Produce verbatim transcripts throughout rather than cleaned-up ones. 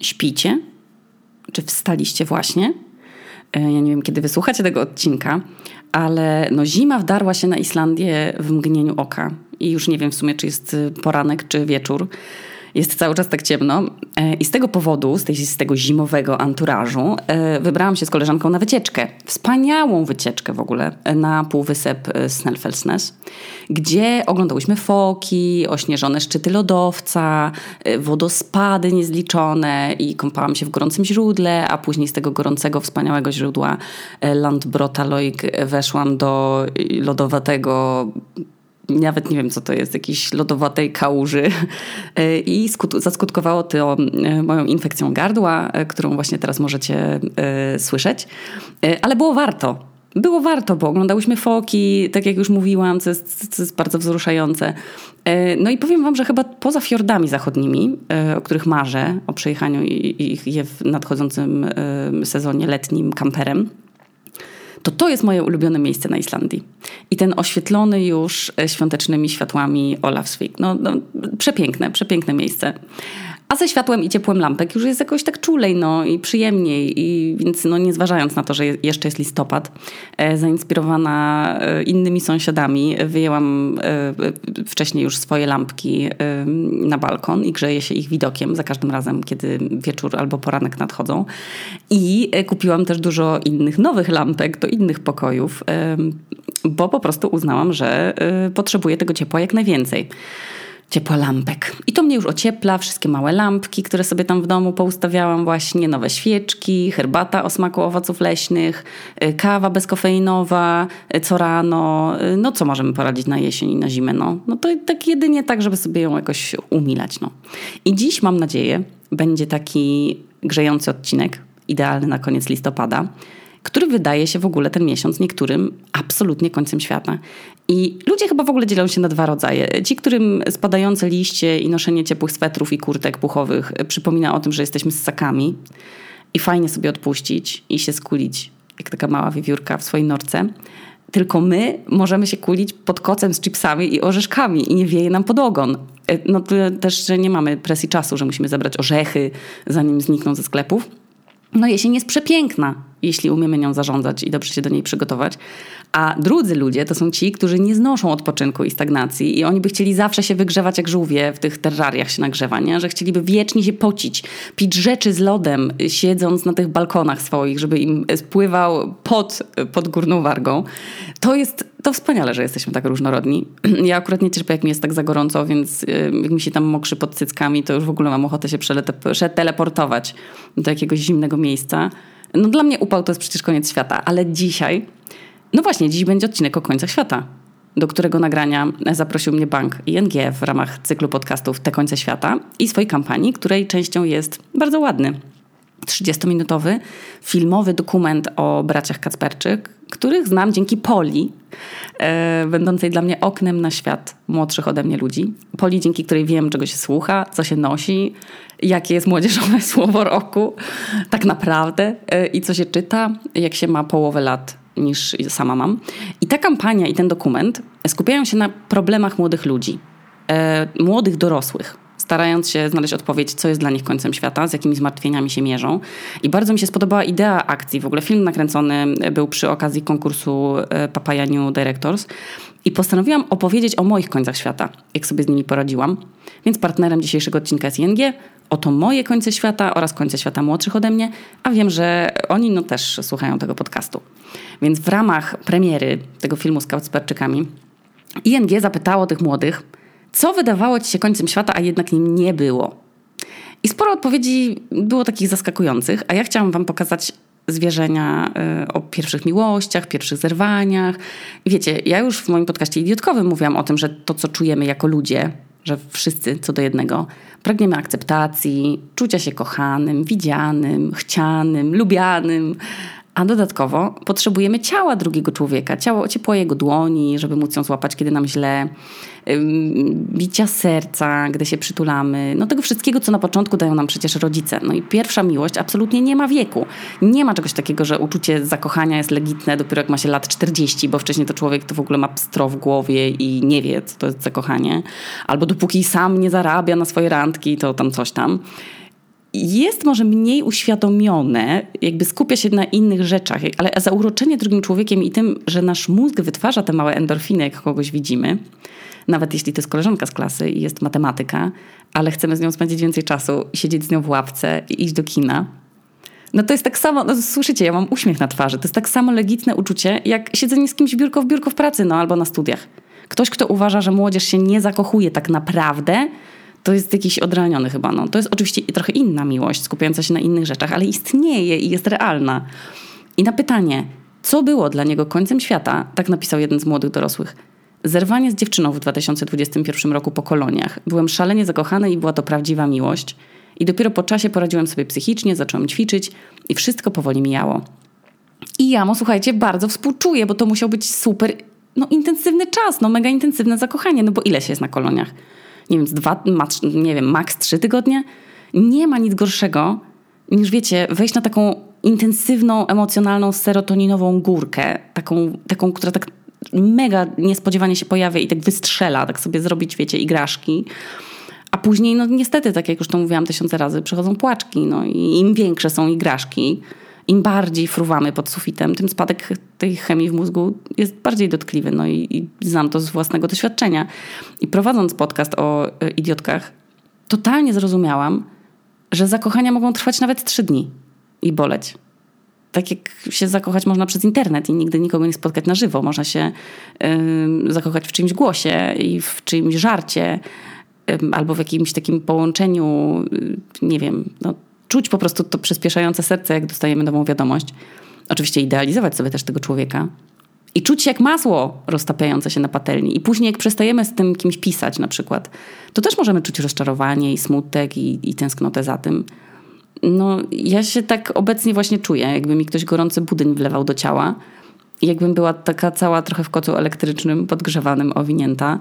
śpicie? Czy wstaliście właśnie? Ja nie wiem, kiedy wysłuchacie tego odcinka, ale no zima wdarła się na Islandię w mgnieniu oka. I już nie wiem w sumie, czy jest poranek, czy wieczór. Jest cały czas tak ciemno i z tego powodu, z, tej, z tego zimowego anturażu wybrałam się z koleżanką na wycieczkę. Wspaniałą wycieczkę w ogóle na półwysep Snæfellsnes, gdzie oglądałyśmy foki, ośnieżone szczyty lodowca, wodospady niezliczone i kąpałam się w gorącym źródle, a później z tego gorącego, wspaniałego źródła Landbrotalaug weszłam do lodowatego, nawet nie wiem, co to jest, jakiejś lodowatej kałuży i skut- zaskutkowało to moją infekcją gardła, którą właśnie teraz możecie y, słyszeć. Y, ale było warto. Było warto, bo oglądałyśmy foki, tak jak już mówiłam, co jest, co jest bardzo wzruszające. Y, no i powiem wam, że chyba poza fiordami zachodnimi, y, o których marzę, o przejechaniu ich je w nadchodzącym y, sezonie letnim kamperem, to to jest moje ulubione miejsce na Islandii. I ten oświetlony już świątecznymi światłami Ólafsvík. No, no, przepiękne, przepiękne miejsce. A ze światłem i ciepłem lampek już jest jakoś tak czulej, no i przyjemniej. I więc no, nie zważając na to, że jeszcze jest listopad, e, zainspirowana e, innymi sąsiadami, wyjęłam e, wcześniej już swoje lampki e, na balkon i grzeję się ich widokiem za każdym razem, kiedy wieczór albo poranek nadchodzą. I e, kupiłam też dużo innych nowych lampek do innych pokojów, e, bo po prostu uznałam, że e, potrzebuję tego ciepła jak najwięcej. Ciepła lampek. I to mnie już ociepla, wszystkie małe lampki, które sobie tam w domu poustawiałam właśnie, nowe świeczki, herbata o smaku owoców leśnych, kawa bezkofeinowa co rano. No co możemy poradzić na jesień i na zimę? No, no to tak jedynie tak, żeby sobie ją jakoś umilać. No. I dziś mam nadzieję będzie taki grzejący odcinek, idealny na koniec listopada, który wydaje się w ogóle ten miesiąc niektórym absolutnie końcem świata. I ludzie chyba w ogóle dzielą się na dwa rodzaje. Ci, którym spadające liście i noszenie ciepłych swetrów i kurtek puchowych przypomina o tym, że jesteśmy ssakami i fajnie sobie odpuścić i się skulić, jak taka mała wiewiórka w swojej norce. Tylko my możemy się kulić pod kocem z chipsami i orzeszkami i nie wieje nam pod ogon. No to też, że nie mamy presji czasu, że musimy zabrać orzechy, zanim znikną ze sklepów. No jesień jest przepiękna, jeśli umiemy nią zarządzać i dobrze się do niej przygotować. A drudzy ludzie to są ci, którzy nie znoszą odpoczynku i stagnacji i oni by chcieli zawsze się wygrzewać jak żółwie, w tych terrariach się nagrzewa, nie? Że chcieliby wiecznie się pocić, pić rzeczy z lodem, siedząc na tych balkonach swoich, żeby im spływał pot pod górną wargą. To jest to wspaniale, że jesteśmy tak różnorodni. Ja akurat nie cierpię, jak mi jest tak za gorąco, więc jak mi się tam mokrzy pod cyckami, to już w ogóle mam ochotę się przeteleportować do jakiegoś zimnego miejsca. No dla mnie upał to jest przecież koniec świata, ale dzisiaj, no właśnie, dziś będzie odcinek o końcach świata, do którego nagrania zaprosił mnie bank I N G w ramach cyklu podcastów Te końce świata i swojej kampanii, której częścią jest bardzo ładny, trzydziestominutowy filmowy dokument o braciach Kacperczyk, których znam dzięki Poli, e, będącej dla mnie oknem na świat młodszych ode mnie ludzi. Poli, dzięki której wiem, czego się słucha, co się nosi, jakie jest młodzieżowe słowo roku, tak naprawdę, e, i co się czyta, jak się ma połowę lat niż sama mam. I ta kampania i ten dokument skupiają się na problemach młodych ludzi, e, młodych dorosłych, starając się znaleźć odpowiedź, co jest dla nich końcem świata, z jakimi zmartwieniami się mierzą. I bardzo mi się spodobała idea akcji. W ogóle film nakręcony był przy okazji konkursu Papaya New Directors i postanowiłam opowiedzieć o moich końcach świata, jak sobie z nimi poradziłam. Więc partnerem dzisiejszego odcinka jest I N G. Oto moje końce świata oraz końce świata młodszych ode mnie, a wiem, że oni no też słuchają tego podcastu. Więc w ramach premiery tego filmu z Kacperczykami I N G zapytało tych młodych, co wydawało ci się końcem świata, a jednak nim nie było. I sporo odpowiedzi było takich zaskakujących, a ja chciałam wam pokazać zwierzenia y, o pierwszych miłościach, pierwszych zerwaniach. I wiecie, ja już w moim podcaście idiotkowym mówiłam o tym, że to, co czujemy jako ludzie, że wszyscy co do jednego pragniemy akceptacji, czucia się kochanym, widzianym, chcianym, lubianym, a dodatkowo potrzebujemy ciała drugiego człowieka, ciało, ciepła jego dłoni, żeby móc ją złapać, kiedy nam źle, bicia serca, gdy się przytulamy. No tego wszystkiego, co na początku dają nam przecież rodzice. No i pierwsza miłość absolutnie nie ma wieku. Nie ma czegoś takiego, że uczucie zakochania jest legitne dopiero jak ma się lat czterdzieści, bo wcześniej to człowiek to w ogóle ma pstro w głowie i nie wie, co to jest zakochanie. Albo dopóki sam nie zarabia na swoje randki, to tam coś tam. jest może mniej uświadomione, jakby skupia się na innych rzeczach, ale zauroczenie drugim człowiekiem i tym, że nasz mózg wytwarza te małe endorfiny, jak kogoś widzimy, nawet jeśli to jest koleżanka z klasy i jest matematyka, ale chcemy z nią spędzić więcej czasu, siedzieć z nią w ławce i iść do kina. No to jest tak samo, no słyszycie, ja mam uśmiech na twarzy. To jest tak samo legitne uczucie, jak siedzenie z kimś biurko w biurko w pracy, no albo na studiach. Ktoś, kto uważa, że młodzież się nie zakochuje tak naprawdę, to jest jakiś odrealniony chyba. No. To jest oczywiście trochę inna miłość, skupiająca się na innych rzeczach, ale istnieje i jest realna. I na pytanie, co było dla niego końcem świata, tak napisał jeden z młodych dorosłych. Zerwanie z dziewczyną w dwa tysiące dwudziestym pierwszym roku po koloniach. Byłem szalenie zakochany i była to prawdziwa miłość. I dopiero po czasie poradziłem sobie psychicznie, zacząłem ćwiczyć i wszystko powoli mijało. I ja mu, słuchajcie, bardzo współczuję, bo to musiał być super, no intensywny czas, no mega intensywne zakochanie, no bo ile się jest na koloniach? Nie wiem, z dwa, nie wiem, maks trzy tygodnie? Nie ma nic gorszego niż, wiecie, wejść na taką intensywną, emocjonalną, serotoninową górkę, taką, taką która tak mega niespodziewanie się pojawia i tak wystrzela, tak sobie zrobić, wiecie, igraszki. A później, no niestety, tak jak już to mówiłam tysiące razy, przychodzą płaczki, no i im większe są igraszki, im bardziej fruwamy pod sufitem, tym spadek tej chemii w mózgu jest bardziej dotkliwy. No i, i znam to z własnego doświadczenia. I prowadząc podcast o y, idiotkach, totalnie zrozumiałam, że zakochania mogą trwać nawet trzy dni i boleć. Tak jak się zakochać można przez internet i nigdy nikogo nie spotkać na żywo. Można się y, zakochać w czyimś głosie i w czyimś żarcie, y, albo w jakimś takim połączeniu, y, nie wiem, no, czuć po prostu to przyspieszające serce, jak dostajemy nową wiadomość. Oczywiście idealizować sobie też tego człowieka. I czuć się jak masło roztapiające się na patelni. I później jak przestajemy z tym kimś pisać na przykład, to też możemy czuć rozczarowanie i smutek i, i tęsknotę za tym. No ja się tak obecnie właśnie czuję, jakby mi ktoś gorący budyń wlewał do ciała. I jakbym była taka cała trochę w kocu elektrycznym, podgrzewanym, owinięta.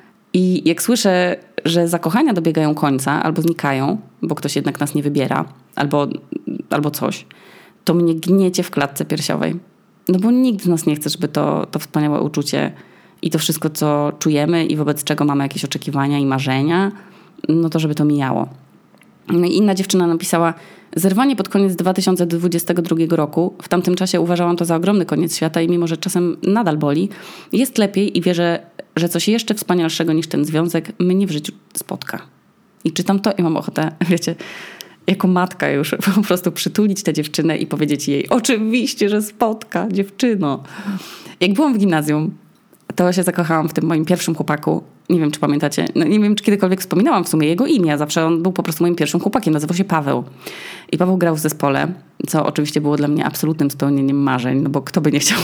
I jak słyszę, że zakochania dobiegają końca albo znikają, bo ktoś jednak nas nie wybiera, albo, albo coś, to mnie gniecie w klatce piersiowej. No bo nikt z nas nie chce, żeby to, to wspaniałe uczucie i to wszystko, co czujemy i wobec czego mamy jakieś oczekiwania i marzenia, no to żeby to mijało. No i inna dziewczyna napisała: zerwanie pod koniec dwa tysiące dwudziestego drugiego roku. W tamtym czasie uważałam to za ogromny koniec świata i mimo, że czasem nadal boli, jest lepiej i wierzę, że coś jeszcze wspanialszego niż ten związek mnie w życiu spotka. I czytam to i mam ochotę, wiecie, jako matka już po prostu przytulić tę dziewczynę i powiedzieć jej: oczywiście, że spotka, dziewczyno. Jak byłam w gimnazjum, to się zakochałam w tym moim pierwszym chłopaku. Nie wiem, czy pamiętacie. No, nie wiem, czy kiedykolwiek wspominałam w sumie jego imię. Zawsze on był po prostu moim pierwszym chłopakiem. Nazywał się Paweł. I Paweł grał w zespole, co oczywiście było dla mnie absolutnym spełnieniem marzeń, no bo kto by nie chciał.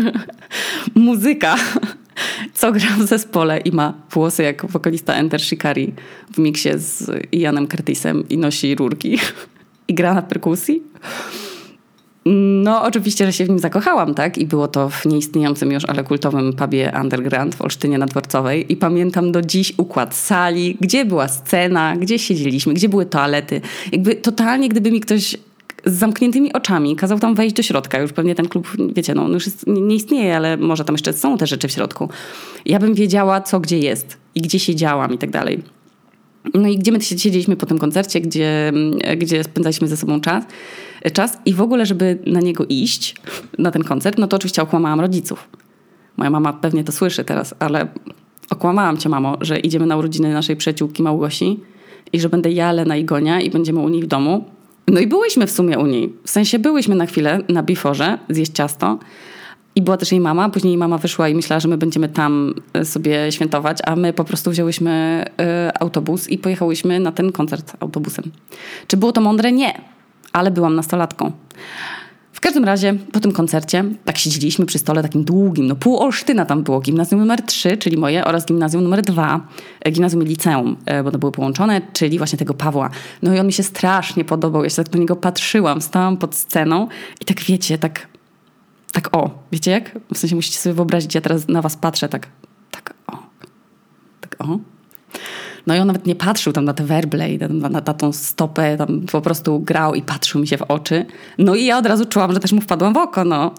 Muzyka, co gra w zespole i ma włosy jak wokalista Enter Shikari w miksie z Ianem Curtisem i nosi rurki i gra na perkusji. No oczywiście, że się w nim zakochałam, tak? I było to w nieistniejącym już, ale kultowym pubie Underground w Olsztynie na Dworcowej. I pamiętam do dziś układ sali, gdzie była scena, gdzie siedzieliśmy, gdzie były toalety. Jakby totalnie, gdyby mi ktoś z zamkniętymi oczami kazał tam wejść do środka, już pewnie ten klub, wiecie, no już jest, nie, nie istnieje, ale może tam jeszcze są te rzeczy w środku. Ja bym wiedziała, co gdzie jest i gdzie siedziałam i tak dalej. No i gdzie my siedzieliśmy po tym koncercie, gdzie, gdzie spędzaliśmy ze sobą czas, czas i w ogóle, żeby na niego iść, na ten koncert, no to oczywiście okłamałam rodziców. Moja mama pewnie to słyszy teraz, ale okłamałam cię, mamo, że idziemy na urodziny naszej przyjaciółki Małgosi i że będę ja, Lena i Gonia i będziemy u niej w domu. No i byłyśmy w sumie u niej. W sensie byłyśmy na chwilę na biforze zjeść ciasto. I była też jej mama, później jej mama wyszła i myślała, że my będziemy tam sobie świętować, a my po prostu wzięłyśmy y, autobus i pojechałyśmy na ten koncert autobusem. Czy było to mądre? Nie, ale byłam nastolatką. W każdym razie po tym koncercie tak siedzieliśmy przy stole takim długim, no pół Olsztyna tam było, gimnazjum numer trzy, czyli moje, oraz gimnazjum numer dwa, gimnazjum i liceum, bo to były połączone, czyli właśnie tego Pawła. No i on mi się strasznie podobał, ja się tak na niego patrzyłam, stałam pod sceną i tak wiecie, tak... Tak o, wiecie jak? W sensie musicie sobie wyobrazić, ja teraz na was patrzę tak, tak o, tak o. No i on nawet nie patrzył tam na te werble i na, na, na tą stopę, tam po prostu grał i patrzył mi się w oczy. No i ja od razu czułam, że też mu wpadłam w oko, no.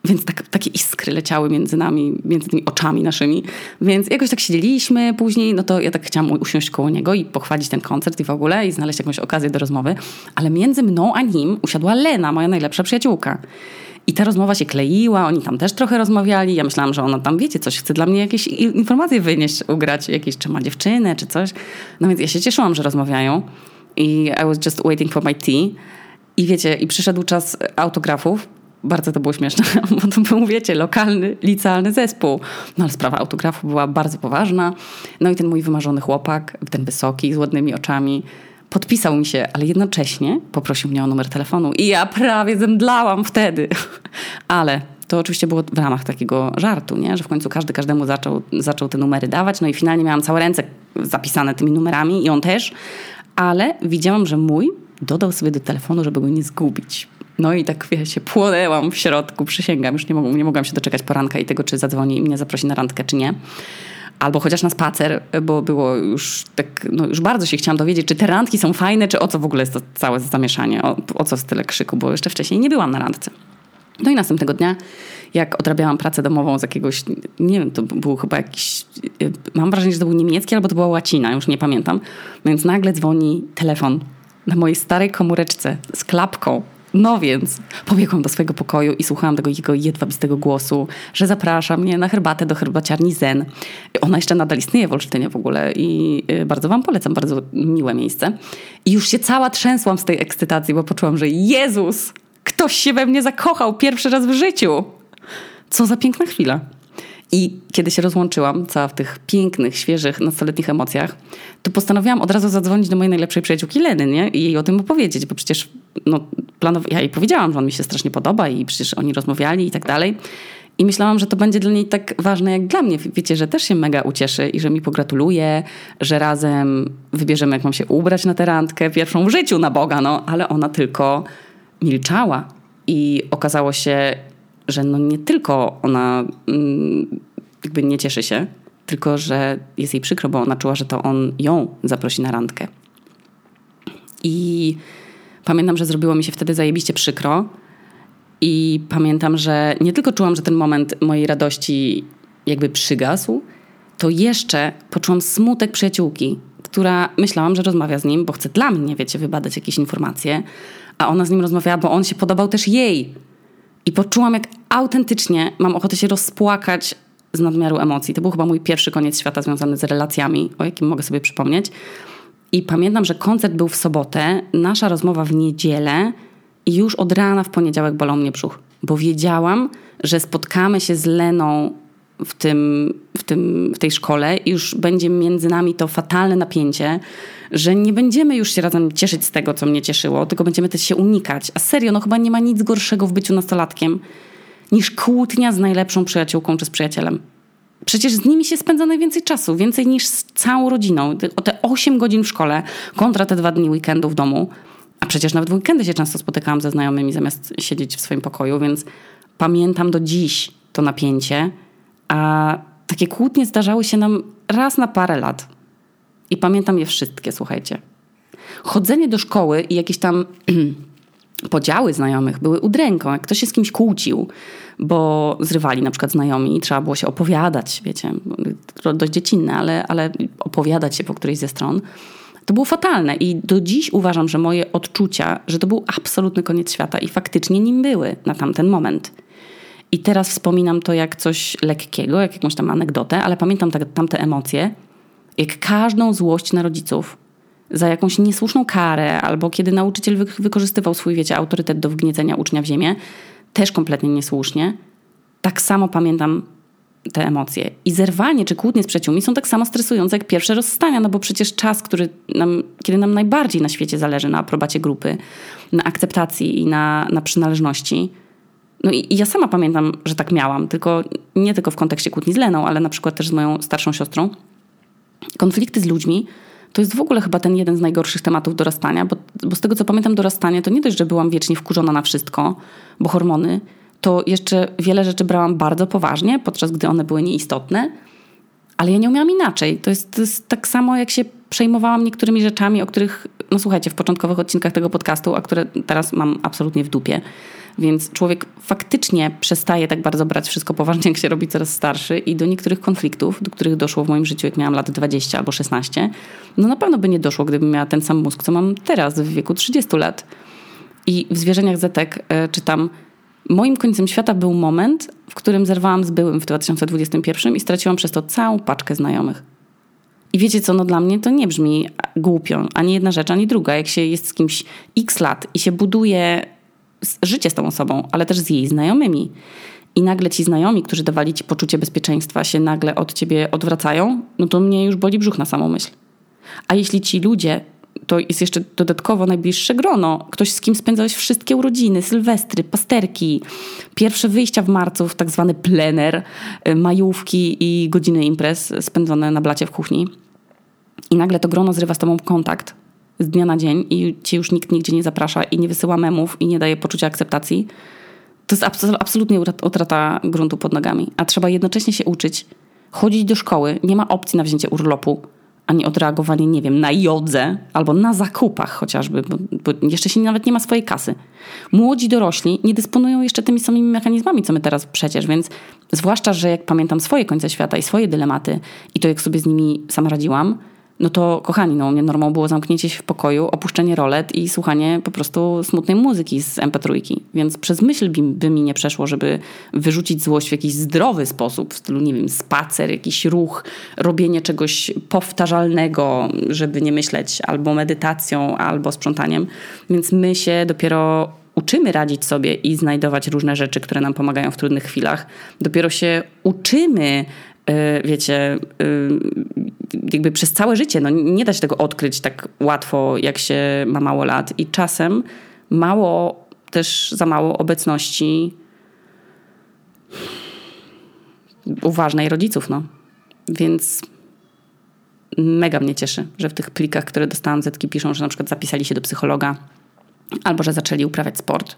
Więc tak, takie iskry leciały między nami, między tymi oczami naszymi. Więc jakoś tak siedzieliśmy później, no to ja tak chciałam usiąść koło niego i pochwalić ten koncert i w ogóle i znaleźć jakąś okazję do rozmowy. Ale między mną a nim usiadła Lena, moja najlepsza przyjaciółka. I ta rozmowa się kleiła, oni tam też trochę rozmawiali. Ja myślałam, że ona tam, wiecie, coś chce dla mnie jakieś informacje wynieść, ugrać, jakieś, czy ma dziewczynę, czy coś. No więc ja się cieszyłam, że rozmawiają. I I was just waiting for my tea. I wiecie, i przyszedł czas autografów. Bardzo to było śmieszne, bo to był, wiecie, lokalny, licealny zespół. No ale sprawa autografu była bardzo poważna. No i ten mój wymarzony chłopak, ten wysoki, z ładnymi oczami, podpisał mi się, ale jednocześnie poprosił mnie o numer telefonu. I ja prawie zemdlałam wtedy. Ale to oczywiście było w ramach takiego żartu, nie? Że w końcu każdy każdemu zaczął, zaczął te numery dawać. No i finalnie miałam całe ręce zapisane tymi numerami i on też. Ale widziałam, że mój dodał sobie do telefonu, żeby go nie zgubić. No i tak się płonęłam w środku, przysięgam. Już nie, mog- nie mogłam się doczekać poranka i tego, czy zadzwoni i mnie zaprosi na randkę, czy nie. Albo chociaż na spacer, bo było już tak, no już bardzo się chciałam dowiedzieć, czy te randki są fajne, czy o co w ogóle jest to całe zamieszanie, o, o co jest tyle krzyku, bo jeszcze wcześniej nie byłam na randce. No i następnego dnia, jak odrabiałam pracę domową z jakiegoś, nie wiem, to był chyba jakiś, mam wrażenie, że to był niemiecki, albo to była łacina, już nie pamiętam. Więc nagle dzwoni telefon na mojej starej komóreczce z klapką. No więc pobiegłam do swojego pokoju i słuchałam tego jego jedwabistego głosu, że zaprasza mnie na herbatę do herbaciarni Zen. Ona jeszcze nadal istnieje w Olsztynie w ogóle i bardzo wam polecam, bardzo miłe miejsce. I już się cała trzęsłam z tej ekscytacji, bo poczułam, że Jezus, ktoś się we mnie zakochał pierwszy raz w życiu. Co za piękna chwila. I kiedy się rozłączyłam, cała w tych pięknych, świeżych, nastoletnich emocjach, to postanowiłam od razu zadzwonić do mojej najlepszej przyjaciółki Leny, nie? I jej o tym opowiedzieć, bo przecież no, planow- ja jej powiedziałam, że on mi się strasznie podoba i przecież oni rozmawiali i tak dalej. I myślałam, że to będzie dla niej tak ważne jak dla mnie. Wiecie, że też się mega ucieszy i że mi pogratuluje, że razem wybierzemy, jak mam się ubrać na tę randkę, pierwszą w życiu, na Boga, no. Ale ona tylko milczała i okazało się, że no nie tylko ona mm, jakby nie cieszy się, tylko że jest jej przykro, bo ona czuła, że to on ją zaprosi na randkę. I pamiętam, że zrobiło mi się wtedy zajebiście przykro i pamiętam, że nie tylko czułam, że ten moment mojej radości jakby przygasł, to jeszcze poczułam smutek przyjaciółki, która myślałam, że rozmawia z nim, bo chce dla mnie, wiecie, wybadać jakieś informacje, a ona z nim rozmawiała, bo on się podobał też jej. I poczułam, jak autentycznie mam ochotę się rozpłakać z nadmiaru emocji. To był chyba mój pierwszy koniec świata związany z relacjami, o jakim mogę sobie przypomnieć. I pamiętam, że koncert był w sobotę, nasza rozmowa w niedzielę i już od rana w poniedziałek bolał mnie brzuch. Bo wiedziałam, że spotkamy się z Leną w, tym, w, tym, w tej szkole i już będzie między nami to fatalne napięcie, że nie będziemy już się razem cieszyć z tego, co mnie cieszyło, tylko będziemy też się unikać. A serio, no chyba nie ma nic gorszego w byciu nastolatkiem niż kłótnia z najlepszą przyjaciółką czy z przyjacielem. Przecież z nimi się spędza najwięcej czasu, więcej niż z całą rodziną. O te osiem godzin w szkole kontra te dwa dni weekendu w domu. A przecież nawet w weekendy się często spotykałam ze znajomymi zamiast siedzieć w swoim pokoju, więc pamiętam do dziś to napięcie, a takie kłótnie zdarzały się nam raz na parę lat. I pamiętam je wszystkie, słuchajcie. Chodzenie do szkoły i jakieś tam podziały znajomych były udręką. Jak ktoś się z kimś kłócił, bo zrywali na przykład znajomi i trzeba było się opowiadać, wiecie, dość dziecinne, ale, ale opowiadać się po którejś ze stron, to było fatalne. I do dziś uważam, że moje odczucia, że to był absolutny koniec świata i faktycznie nim były na tamten moment. I teraz wspominam to jak coś lekkiego, jak jakąś tam anegdotę, ale pamiętam te, tamte emocje, jak każdą złość na rodziców za jakąś niesłuszną karę, albo kiedy nauczyciel wy- wykorzystywał swój, wiecie, autorytet do wgniecenia ucznia w ziemię, też kompletnie niesłusznie. Tak samo pamiętam te emocje. I zerwanie czy kłótnie z przyjaciółmi są tak samo stresujące jak pierwsze rozstania, no bo przecież czas, który nam, kiedy nam najbardziej na świecie zależy na aprobacie grupy, na akceptacji i na, na przynależności. No i, i ja sama pamiętam, że tak miałam, tylko nie tylko w kontekście kłótni z Leną, ale na przykład też z moją starszą siostrą. Konflikty z ludźmi to jest w ogóle chyba ten jeden z najgorszych tematów dorastania, bo, bo z tego co pamiętam dorastanie, to nie dość, że byłam wiecznie wkurzona na wszystko, bo hormony, to jeszcze wiele rzeczy brałam bardzo poważnie, podczas gdy one były nieistotne, ale ja nie umiałam inaczej. To jest, to jest tak samo, jak się przejmowałam niektórymi rzeczami, o których, no słuchajcie, w początkowych odcinkach tego podcastu, a które teraz mam absolutnie w dupie, Więc człowiek faktycznie przestaje tak bardzo brać wszystko poważnie, jak się robi coraz starszy i do niektórych konfliktów, do których doszło w moim życiu, jak miałam lat dwadzieścia albo szesnaście, no na pewno by nie doszło, gdybym miała ten sam mózg, co mam teraz w wieku trzydziestu lat. I w Zwierzeniach Zetek y, czytam: moim końcem świata był moment, w którym zerwałam z byłym w dwa tysiące dwudziestym pierwszym i straciłam przez to całą paczkę znajomych. I wiecie co, no dla mnie to nie brzmi głupio, ani jedna rzecz, ani druga. Jak się jest z kimś x lat i się buduje życie z tą osobą, ale też z jej znajomymi i nagle ci znajomi, którzy dawali ci poczucie bezpieczeństwa, się nagle od ciebie odwracają, no to mnie już boli brzuch na samą myśl. A jeśli ci ludzie, to jest jeszcze dodatkowo najbliższe grono, ktoś, z kim spędzałeś wszystkie urodziny, sylwestry, pasterki, pierwsze wyjścia w marcu w tak zwany plener, majówki i godziny imprez spędzone na blacie w kuchni. I nagle to grono zrywa z tobą kontakt z dnia na dzień i cię już nikt nigdzie nie zaprasza i nie wysyła memów i nie daje poczucia akceptacji. To jest absolutnie utrata gruntu pod nogami. A trzeba jednocześnie się uczyć, chodzić do szkoły. Nie ma opcji na wzięcie urlopu, ani odreagowanie, nie wiem, na jodze albo na zakupach chociażby, bo, bo jeszcze się nawet nie ma swojej kasy. Młodzi dorośli nie dysponują jeszcze tymi samymi mechanizmami, co my teraz przecież, więc zwłaszcza, że jak pamiętam swoje końce świata i swoje dylematy i to, jak sobie z nimi sama radziłam, no to kochani, no u mnie normą było zamknięcie się w pokoju, opuszczenie rolet i słuchanie po prostu smutnej muzyki z em pe trzy. Więc przez myśl by, by mi nie przeszło, żeby wyrzucić złość w jakiś zdrowy sposób, w stylu, nie wiem, spacer, jakiś ruch, robienie czegoś powtarzalnego, żeby nie myśleć albo medytacją, albo sprzątaniem. Więc my się dopiero uczymy radzić sobie i znajdować różne rzeczy, które nam pomagają w trudnych chwilach. Dopiero się uczymy, wiecie, jakby przez całe życie. No nie da się tego odkryć tak łatwo, jak się ma mało lat. I czasem mało, też za mało obecności uważnej rodziców, no. Więc mega mnie cieszy, że w tych plikach, które dostałam Zetki, piszą, że na przykład zapisali się do psychologa albo że zaczęli uprawiać sport.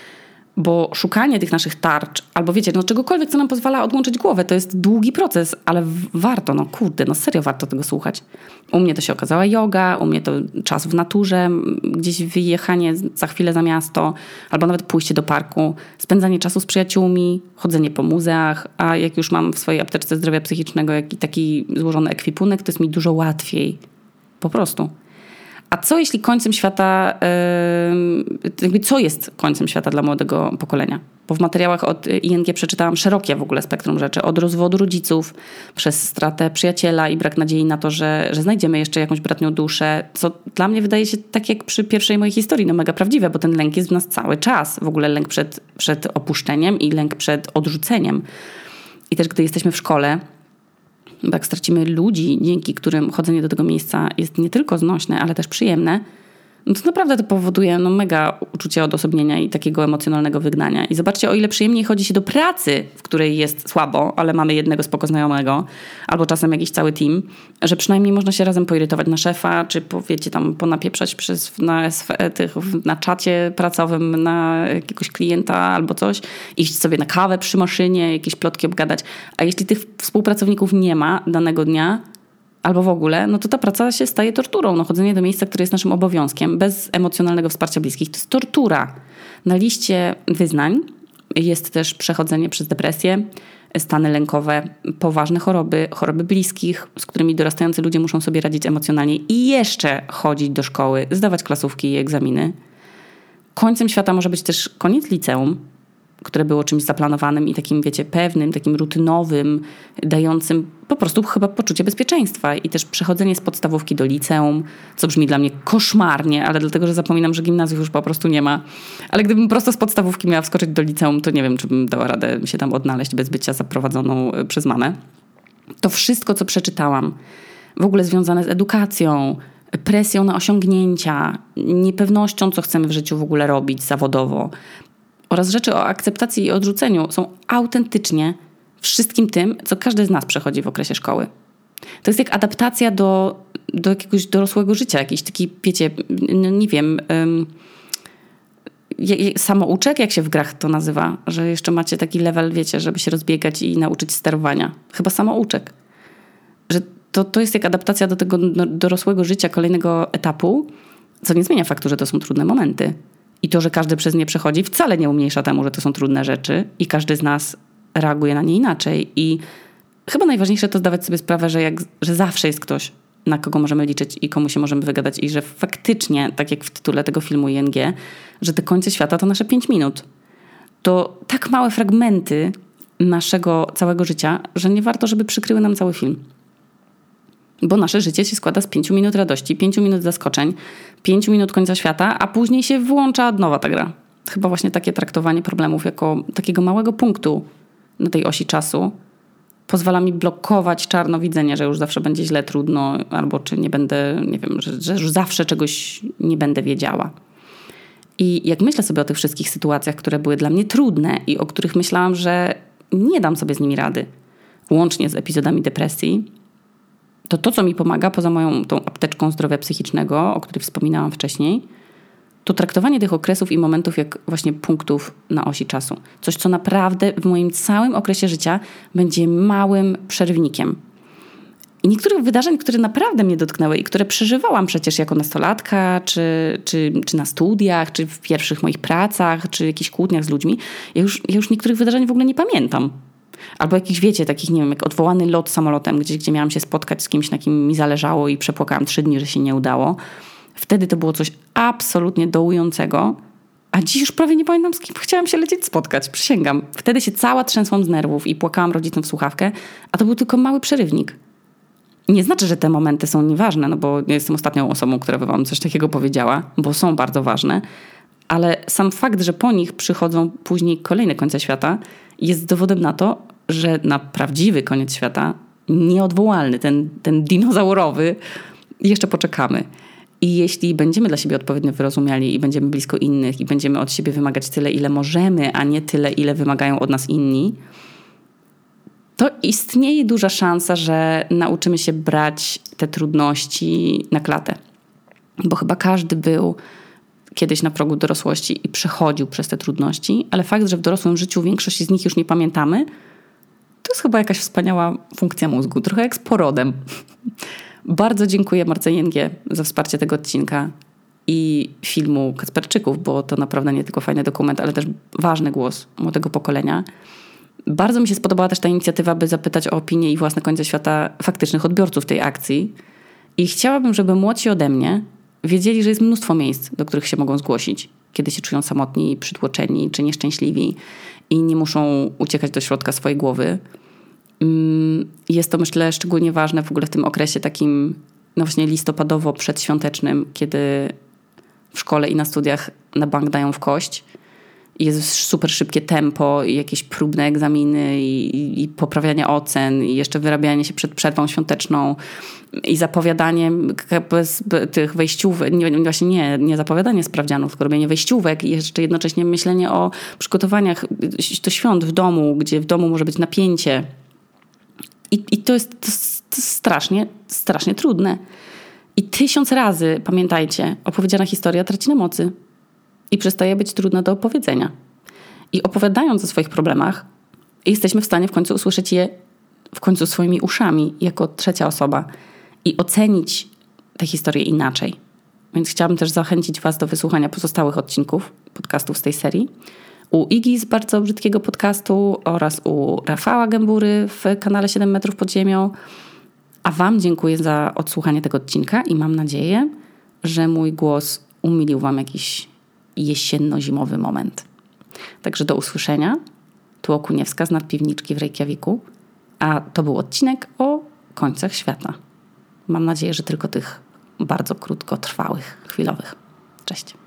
Bo szukanie tych naszych tarcz, albo wiecie, no czegokolwiek, co nam pozwala odłączyć głowę, to jest długi proces, ale warto, no kurde, no serio warto tego słuchać. U mnie to się okazała yoga, u mnie to czas w naturze, gdzieś wyjechanie za chwilę za miasto, albo nawet pójście do parku, spędzanie czasu z przyjaciółmi, chodzenie po muzeach, a jak już mam w swojej apteczce zdrowia psychicznego jaki taki złożony ekwipunek, to jest mi dużo łatwiej. Po prostu. A co jeśli końcem świata, jakby co jest końcem świata dla młodego pokolenia? Bo w materiałach od I N G przeczytałam szerokie w ogóle spektrum rzeczy. Od rozwodu rodziców, przez stratę przyjaciela i brak nadziei na to, że, że znajdziemy jeszcze jakąś bratnią duszę. Co dla mnie wydaje się tak jak przy pierwszej mojej historii, no mega prawdziwe, bo ten lęk jest w nas cały czas. W ogóle lęk przed, przed opuszczeniem i lęk przed odrzuceniem. I też gdy jesteśmy w szkole, bo jak stracimy ludzi, dzięki którym chodzenie do tego miejsca jest nie tylko znośne, ale też przyjemne, no to naprawdę to powoduje no, mega uczucie odosobnienia i takiego emocjonalnego wygnania. I zobaczcie, o ile przyjemniej chodzi się do pracy, w której jest słabo, ale mamy jednego spoko znajomego, albo czasem jakiś cały team, że przynajmniej można się razem poirytować na szefa, czy wiecie, tam ponapieprzać przez, na, tych, na czacie pracowym na jakiegoś klienta albo coś, iść sobie na kawę przy maszynie, jakieś plotki obgadać. A jeśli tych współpracowników nie ma danego dnia, albo w ogóle, no to ta praca się staje torturą. No, chodzenie do miejsca, które jest naszym obowiązkiem, bez emocjonalnego wsparcia bliskich, to jest tortura. Na liście wyznań jest też przechodzenie przez depresję, stany lękowe, poważne choroby, choroby bliskich, z którymi dorastający ludzie muszą sobie radzić emocjonalnie i jeszcze chodzić do szkoły, zdawać klasówki i egzaminy. Końcem świata może być też koniec liceum, które było czymś zaplanowanym i takim, wiecie, pewnym, takim rutynowym, dającym po prostu chyba poczucie bezpieczeństwa. I też przechodzenie z podstawówki do liceum, co brzmi dla mnie koszmarnie, ale dlatego, że zapominam, że gimnazjów już po prostu nie ma. Ale gdybym prosto z podstawówki miała wskoczyć do liceum, to nie wiem, czy bym dała radę się tam odnaleźć bez bycia zaprowadzoną przez mamę. To wszystko, co przeczytałam, w ogóle związane z edukacją, presją na osiągnięcia, niepewnością, co chcemy w życiu w ogóle robić zawodowo, oraz rzeczy o akceptacji i odrzuceniu są autentycznie wszystkim tym, co każdy z nas przechodzi w okresie szkoły. To jest jak adaptacja do, do jakiegoś dorosłego życia, jakiś taki, wiecie, no nie wiem, um, samouczek, jak się w grach to nazywa, że jeszcze macie taki level, wiecie, żeby się rozbiegać i nauczyć sterowania. Chyba samouczek. Że to, to jest jak adaptacja do tego dorosłego życia, kolejnego etapu, co nie zmienia faktu, że to są trudne momenty. I to, że każdy przez nie przechodzi, wcale nie umniejsza temu, że to są trudne rzeczy i każdy z nas reaguje na nie inaczej. I chyba najważniejsze to zdawać sobie sprawę, że, jak, że zawsze jest ktoś, na kogo możemy liczyć i komu się możemy wygadać i że faktycznie, tak jak w tytule tego filmu I N G, że te końce świata to nasze pięć minut. To tak małe fragmenty naszego całego życia, że nie warto, żeby przykryły nam cały film. Bo nasze życie się składa z pięciu minut radości, pięciu minut zaskoczeń, pięciu minut końca świata, a później się włącza od nowa ta gra. Chyba właśnie takie traktowanie problemów jako takiego małego punktu na tej osi czasu pozwala mi blokować czarnowidzenie, że już zawsze będzie źle, trudno, albo czy nie będę, nie wiem, że, że już zawsze czegoś nie będę wiedziała. I jak myślę sobie o tych wszystkich sytuacjach, które były dla mnie trudne i o których myślałam, że nie dam sobie z nimi rady, łącznie z epizodami depresji, to to, co mi pomaga, poza moją tą apteczką zdrowia psychicznego, o której wspominałam wcześniej, to traktowanie tych okresów i momentów jak właśnie punktów na osi czasu. Coś, co naprawdę w moim całym okresie życia będzie małym przerywnikiem. I niektórych wydarzeń, które naprawdę mnie dotknęły i które przeżywałam przecież jako nastolatka, czy, czy, czy na studiach, czy w pierwszych moich pracach, czy jakichś kłótniach z ludźmi, ja już, ja już niektórych wydarzeń w ogóle nie pamiętam. Albo jakichś, wiecie, takich, nie wiem, jak odwołany lot samolotem, gdzieś, gdzie miałam się spotkać z kimś, na kim mi zależało i przepłakałam trzy dni, że się nie udało. Wtedy to było coś absolutnie dołującego, a dziś już prawie nie pamiętam, z kim chciałam się lecieć spotkać, przysięgam. Wtedy się cała trzęsłam z nerwów i płakałam rodzicom w słuchawkę, a to był tylko mały przerywnik. Nie znaczy, że te momenty są nieważne, no bo ja jestem ostatnią osobą, która by wam coś takiego powiedziała, bo są bardzo ważne, ale sam fakt, że po nich przychodzą później kolejne końce świata, jest dowodem na to, że na prawdziwy koniec świata, nieodwołalny, ten, ten dinozaurowy, jeszcze poczekamy. I jeśli będziemy dla siebie odpowiednio wyrozumiali i będziemy blisko innych i będziemy od siebie wymagać tyle, ile możemy, a nie tyle, ile wymagają od nas inni, to istnieje duża szansa, że nauczymy się brać te trudności na klatę. Bo chyba każdy był kiedyś na progu dorosłości i przechodził przez te trudności, ale fakt, że w dorosłym życiu większość z nich już nie pamiętamy, to jest chyba jakaś wspaniała funkcja mózgu, trochę jak z porodem. Bardzo dziękuję Marce I N G za wsparcie tego odcinka i filmu Kacperczyków, bo to naprawdę nie tylko fajny dokument, ale też ważny głos młodego pokolenia. Bardzo mi się spodobała też ta inicjatywa, by zapytać o opinię i własne końce świata faktycznych odbiorców tej akcji. I chciałabym, żeby młodsi ode mnie wiedzieli, że jest mnóstwo miejsc, do których się mogą zgłosić, kiedy się czują samotni, przytłoczeni czy nieszczęśliwi i nie muszą uciekać do środka swojej głowy. Jest to, myślę, szczególnie ważne w ogóle w tym okresie takim, no właśnie listopadowo-przedświątecznym, kiedy w szkole i na studiach na bank dają w kość. Jest super szybkie tempo i jakieś próbne egzaminy i, i, i poprawianie ocen i jeszcze wyrabianie się przed przerwą świąteczną i zapowiadanie bez, bez tych wejściówek, nie, właśnie nie, nie zapowiadanie sprawdzianów, tylko robienie wejściówek i jeszcze jednocześnie myślenie o przygotowaniach do świąt w domu, gdzie w domu może być napięcie. I, i to, jest, to, jest, to jest strasznie, strasznie trudne. I tysiąc razy, pamiętajcie, opowiedziana historia traci na mocy. I przestaje być trudna do opowiedzenia. I opowiadając o swoich problemach, jesteśmy w stanie w końcu usłyszeć je w końcu swoimi uszami, jako trzecia osoba i ocenić tę historię inaczej. Więc chciałabym też zachęcić was do wysłuchania pozostałych odcinków podcastów z tej serii. U Igi z bardzo brzydkiego podcastu oraz u Rafała Gębury w kanale siedem metrów pod ziemią. A wam dziękuję za odsłuchanie tego odcinka i mam nadzieję, że mój głos umilił wam jakiś jesienno-zimowy moment. Także do usłyszenia. Tu Okuniewska z Nadpiwniczki w Reykjaviku. A to był odcinek o końcach świata. Mam nadzieję, że tylko tych bardzo krótkotrwałych, chwilowych. Cześć.